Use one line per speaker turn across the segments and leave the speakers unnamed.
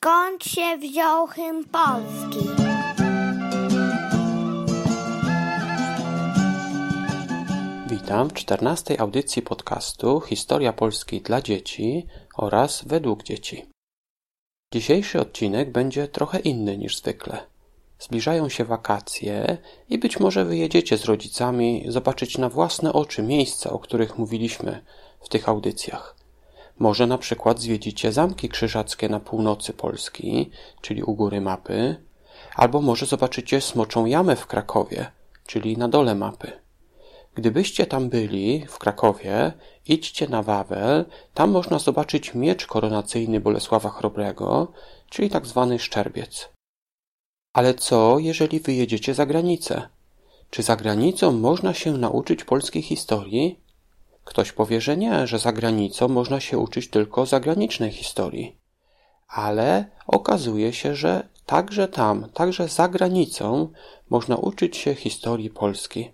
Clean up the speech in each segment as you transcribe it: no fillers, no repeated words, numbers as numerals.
Skąd się wziął hymn polski?
Witam w 14. audycji podcastu Historia Polski dla dzieci oraz według dzieci. Dzisiejszy odcinek będzie trochę inny niż zwykle. Zbliżają się wakacje i być może wyjedziecie z rodzicami zobaczyć na własne oczy miejsca, o których mówiliśmy w tych audycjach. Może na przykład zwiedzicie Zamki Krzyżackie na północy Polski, czyli u góry mapy, albo może zobaczycie Smoczą Jamę w Krakowie, czyli na dole mapy. Gdybyście tam byli, w Krakowie, idźcie na Wawel, tam można zobaczyć miecz koronacyjny Bolesława Chrobrego, czyli tak zwany Szczerbiec. Ale co, jeżeli wyjedziecie za granicę? Czy za granicą można się nauczyć polskiej historii? Ktoś powie, że nie, że za granicą można się uczyć tylko zagranicznej historii. Ale okazuje się, że także tam, także za granicą można uczyć się historii Polski.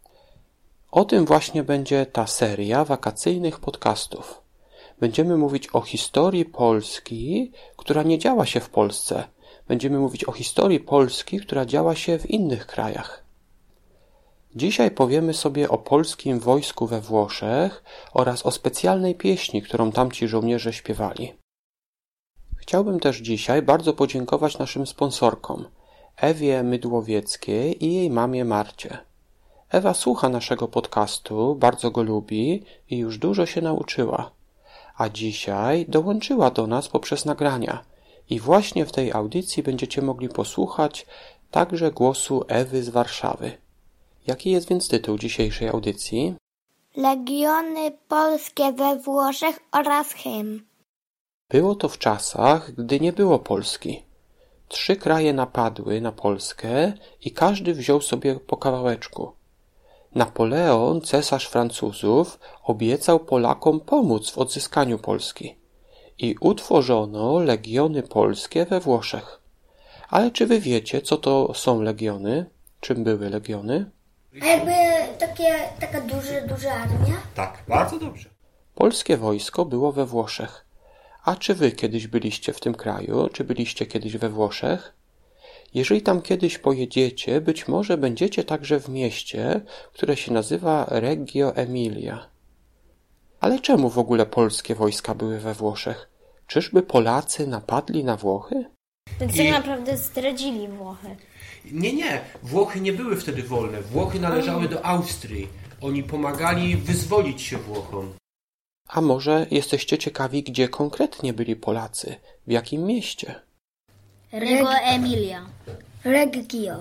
O tym właśnie będzie ta seria wakacyjnych podcastów. Będziemy mówić o historii Polski, która nie działa się w Polsce. Będziemy mówić o historii Polski, która działa się w innych krajach. Dzisiaj powiemy sobie o polskim wojsku we Włoszech oraz o specjalnej pieśni, którą tamci żołnierze śpiewali. Chciałbym też dzisiaj bardzo podziękować naszym sponsorkom, Ewie Mydłowieckiej i jej mamie Marcie. Ewa słucha naszego podcastu, bardzo go lubi i już dużo się nauczyła. A dzisiaj dołączyła do nas poprzez nagrania i właśnie w tej audycji będziecie mogli posłuchać także głosu Ewy z Warszawy. Jaki jest więc tytuł dzisiejszej audycji?
Legiony polskie we Włoszech oraz hymn.
Było to w czasach, gdy nie było Polski. 3 kraje napadły na Polskę i każdy wziął sobie po kawałeczku. Napoleon, cesarz Francuzów, obiecał Polakom pomóc w odzyskaniu Polski i utworzono legiony polskie we Włoszech. Ale czy wy wiecie, co to są legiony? Czym były legiony?
Jakby taka duża armia?
Tak, bardzo dobrze.
Polskie wojsko było we Włoszech. A czy wy kiedyś byliście w tym kraju? Czy byliście kiedyś we Włoszech? Jeżeli tam kiedyś pojedziecie, być może będziecie także w mieście, które się nazywa Reggio Emilia. Ale czemu w ogóle polskie wojska były we Włoszech? Czyżby Polacy napadli na Włochy?
Więc tak naprawdę zdradzili Włochy.
Nie. Włochy nie były wtedy wolne. Włochy należały do Austrii. Oni pomagali wyzwolić się Włochom.
A może jesteście ciekawi, gdzie konkretnie byli Polacy? W jakim mieście?
Reggio Emilia.
Reggio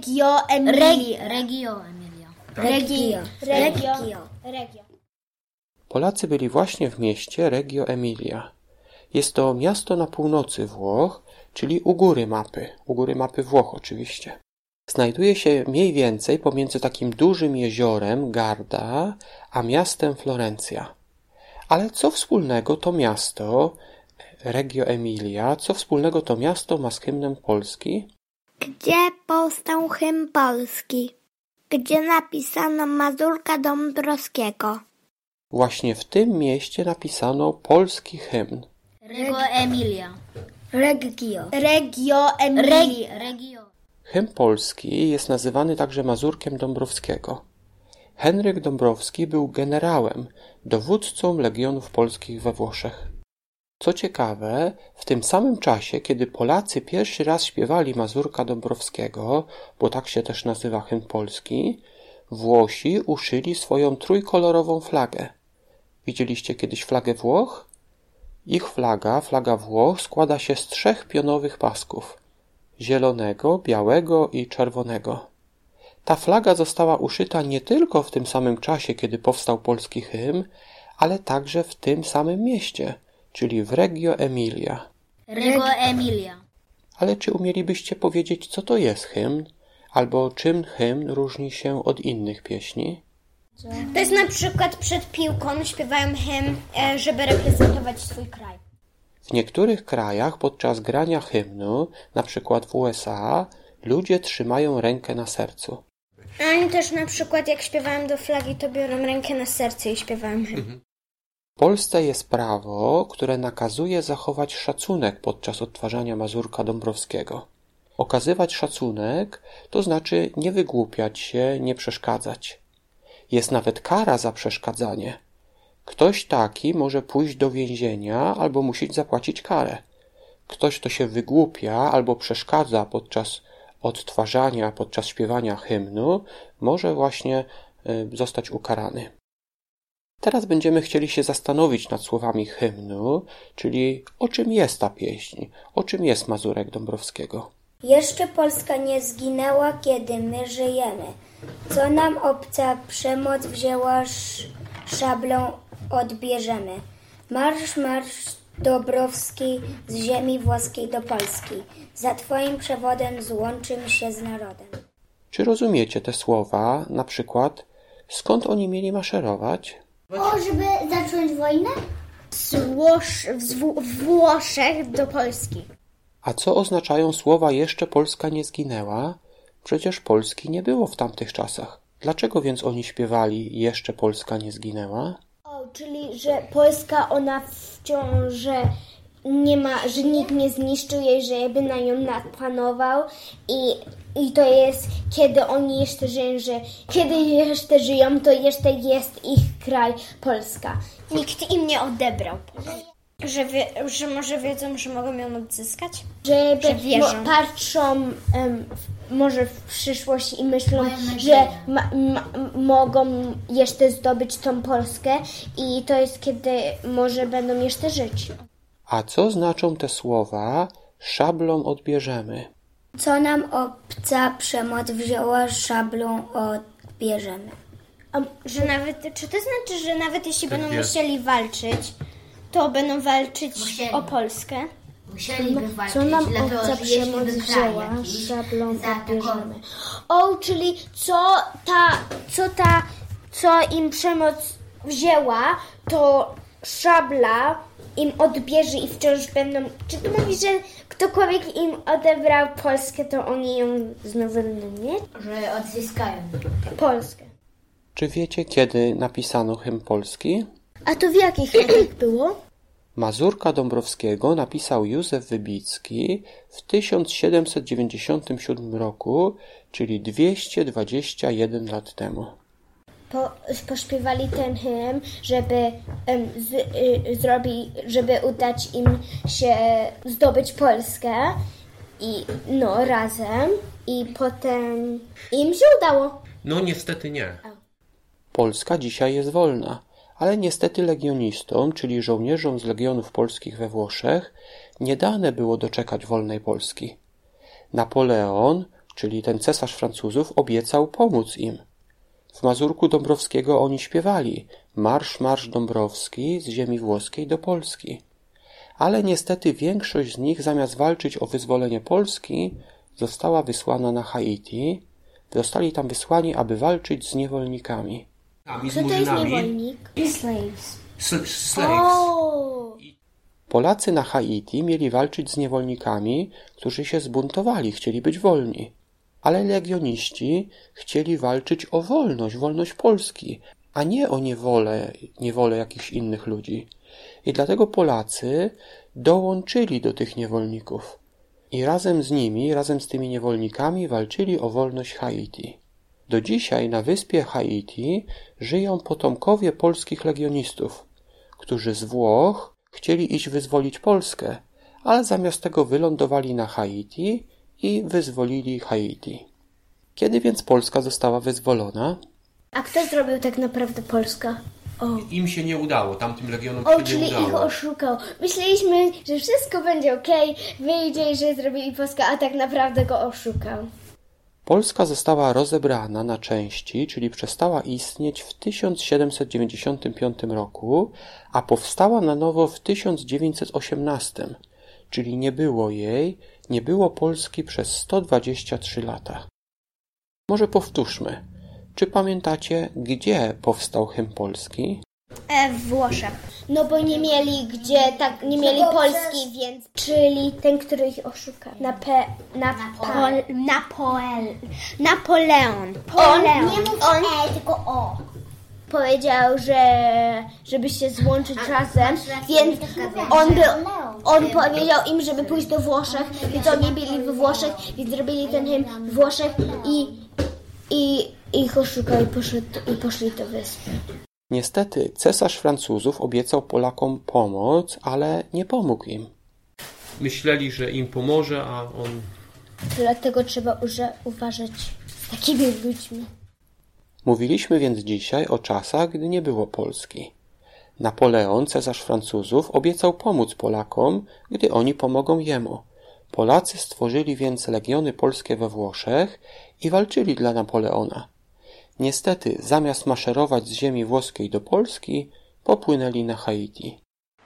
Emilia.
Polacy byli właśnie w mieście Reggio Emilia. Jest to miasto na północy Włoch, czyli u góry mapy Włoch oczywiście. Znajduje się mniej więcej pomiędzy takim dużym jeziorem Garda, a miastem Florencja. Ale co wspólnego to miasto, Reggio Emilia, co wspólnego to miasto ma z hymnem Polski?
Gdzie powstał hymn polski? Gdzie napisano Mazurka Dąbrowskiego?
Właśnie w tym mieście napisano polski hymn.
Reggio Emilia.
Reggio Emilia.
Hymn polski jest nazywany także Mazurkiem Dąbrowskiego. Henryk Dąbrowski był generałem, dowódcą legionów polskich we Włoszech. Co ciekawe, w tym samym czasie, kiedy Polacy pierwszy raz śpiewali Mazurka Dąbrowskiego, bo tak się też nazywa hymn polski, Włosi uszyli swoją trójkolorową flagę. Widzieliście kiedyś flagę Włoch? Ich flaga Włoch, składa się z 3 pionowych pasków: zielonego, białego i czerwonego. Ta flaga została uszyta nie tylko w tym samym czasie, kiedy powstał polski hymn, ale także w tym samym mieście, czyli w Reggio Emilia. Ale czy umielibyście powiedzieć, co to jest hymn? Albo czym hymn różni się od innych pieśni?
To jest na przykład przed piłką śpiewają hymn, żeby reprezentować swój kraj.
W niektórych krajach podczas grania hymnu, na przykład w USA, ludzie trzymają rękę na sercu.
A oni też na przykład jak śpiewają do flagi, to biorą rękę na serce i śpiewają hymn.
Polsce jest prawo, które nakazuje zachować szacunek podczas odtwarzania Mazurka Dąbrowskiego. Okazywać szacunek to znaczy nie wygłupiać się, nie przeszkadzać. Jest nawet kara za przeszkadzanie. Ktoś taki może pójść do więzienia albo musieć zapłacić karę. Ktoś, kto się wygłupia albo przeszkadza podczas odtwarzania, podczas śpiewania hymnu, może właśnie zostać ukarany. Teraz będziemy chcieli się zastanowić nad słowami hymnu, czyli o czym jest ta pieśń, o czym jest Mazurek Dąbrowskiego.
Jeszcze Polska nie zginęła, kiedy my żyjemy. Co nam obca przemoc wzięła, szablą odbierzemy. Marsz, marsz Dąbrowski z ziemi włoskiej do Polski. Za twoim przewodem złączymy się z narodem.
Czy rozumiecie te słowa, na przykład, skąd oni mieli maszerować?
O, żeby zacząć wojnę?
Z Włoszech do Polski.
A co oznaczają słowa jeszcze Polska nie zginęła? Przecież Polski nie było w tamtych czasach. Dlaczego więc oni śpiewali jeszcze Polska nie zginęła?
O, czyli że Polska ona wciąż, że nie ma, że nikt nie zniszczył jej, że jakby na nią napanował i to jest, kiedy oni jeszcze żyją, że kiedy jeszcze żyją, to jeszcze jest ich kraj Polska.
Nikt im nie odebrał. Że może wiedzą, że mogą ją odzyskać?
Że
wierzą.
Patrzą może w przyszłość i myślą, że mogą jeszcze zdobyć tą Polskę i to jest, kiedy może będą jeszcze żyć.
A co znaczą te słowa szablą odbierzemy?
Co nam obca przemoc wzięła, szablą odbierzemy.
Że nawet, czy to znaczy, że nawet jeśli będą musieli walczyć, to będą walczyć o Polskę?
Musieliby walczyć,
Co nam
dlatego,
obca
że jeśli
przemoc
by
wzięła,
kraj jakiś
szablą odbierzemy.
zaatakował.
O, czyli co im przemoc wzięła, to szabla im odbierze i wciąż będą... Czy to mówi, że ktokolwiek im odebrał Polskę, to oni ją znowu będą mieć?
Że odzyskają.
Polskę.
Czy wiecie, kiedy napisano hymn polski?
A to w jakich latach było?
Mazurka Dąbrowskiego napisał Józef Wybicki w 1797 roku, czyli 221 lat temu.
Pośpiewali ten hymn, żeby udać im się zdobyć Polskę i razem i potem im się udało.
No niestety nie.
Polska dzisiaj jest wolna, ale niestety legionistom, czyli żołnierzom z legionów polskich we Włoszech, nie dane było doczekać wolnej Polski. Napoleon, czyli ten cesarz Francuzów, obiecał pomóc im. W Mazurku Dąbrowskiego oni śpiewali Marsz, marsz Dąbrowski z ziemi włoskiej do Polski. Ale niestety większość z nich zamiast walczyć o wyzwolenie Polski została wysłana na Haiti. Zostali tam wysłani, aby walczyć z niewolnikami.
Co to jest niewolnik?
Slaves.
Polacy na Haiti mieli walczyć z niewolnikami, którzy się zbuntowali, chcieli być wolni. Ale legioniści chcieli walczyć o wolność Polski, a nie o niewolę jakichś innych ludzi. I dlatego Polacy dołączyli do tych niewolników. I razem z nimi, razem z tymi niewolnikami walczyli o wolność Haiti. Do dzisiaj na wyspie Haiti żyją potomkowie polskich legionistów, którzy z Włoch chcieli iść wyzwolić Polskę, ale zamiast tego wylądowali na Haiti i wyzwolili Haiti. Kiedy więc Polska została wyzwolona?
A kto zrobił tak naprawdę Polskę?
Im się nie udało, tamtym legionom się
czyli
nie udało.
ich oszukał. Myśleliśmy, że wszystko będzie okej, wyjdzie, że zrobili Polskę, a tak naprawdę go oszukał.
Polska została rozebrana na części, czyli przestała istnieć w 1795 roku, a powstała na nowo w 1918, czyli nie było Polski przez 123 lata. Może powtórzmy. Czy pamiętacie, gdzie powstał hymn polski?
W Włoszech.
No bo nie mieli nie mieli Polski, więc... Czyli ten, który ich oszukał.
Napoleon.
Nie mów tylko o.
powiedział, żeby się złączyć razem, więc on powiedział im, żeby pójść do Włoszech, więc oni byli we Włoszech, więc zrobili ten hymn w Włoszech i ich oszukał i poszli do wyspy.
Niestety cesarz Francuzów obiecał Polakom pomoc, ale nie pomógł im.
Myśleli, że im pomoże, a on...
Dlatego trzeba uważać z takimi ludźmi.
Mówiliśmy więc dzisiaj o czasach, gdy nie było Polski. Napoleon, cesarz Francuzów, obiecał pomóc Polakom, gdy oni pomogą jemu. Polacy stworzyli więc legiony polskie we Włoszech i walczyli dla Napoleona. Niestety, zamiast maszerować z ziemi włoskiej do Polski, popłynęli na Haiti.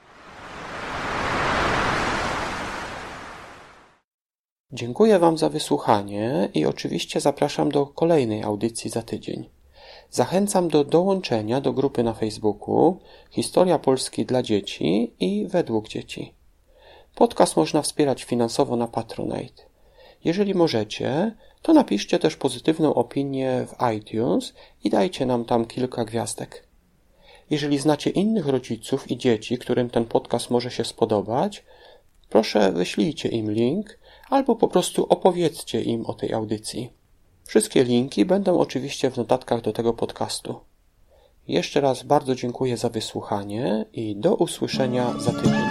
Dziękuję Wam za wysłuchanie i oczywiście zapraszam do kolejnej audycji za tydzień. Zachęcam do dołączenia do grupy na Facebooku Historia Polski dla dzieci i według dzieci. Podcast można wspierać finansowo na Patronite. Jeżeli możecie, to napiszcie też pozytywną opinię w iTunes i dajcie nam tam kilka gwiazdek. Jeżeli znacie innych rodziców i dzieci, którym ten podcast może się spodobać, proszę wyślijcie im link albo po prostu opowiedzcie im o tej audycji. Wszystkie linki będą oczywiście w notatkach do tego podcastu. Jeszcze raz bardzo dziękuję za wysłuchanie i do usłyszenia za tydzień.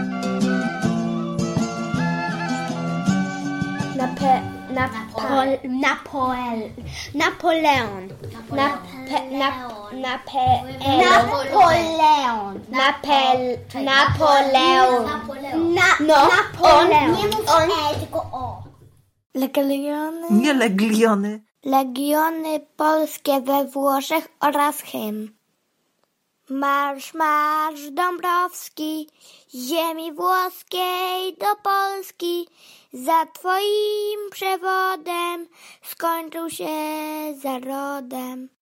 Napoleon.
Legiony.
Legiony.
Legiony polskie we Włoszech oraz hymn. Marsz, marsz Dąbrowski, z ziemi włoskiej do Polski, za twoim przewodem skończył się zarodem.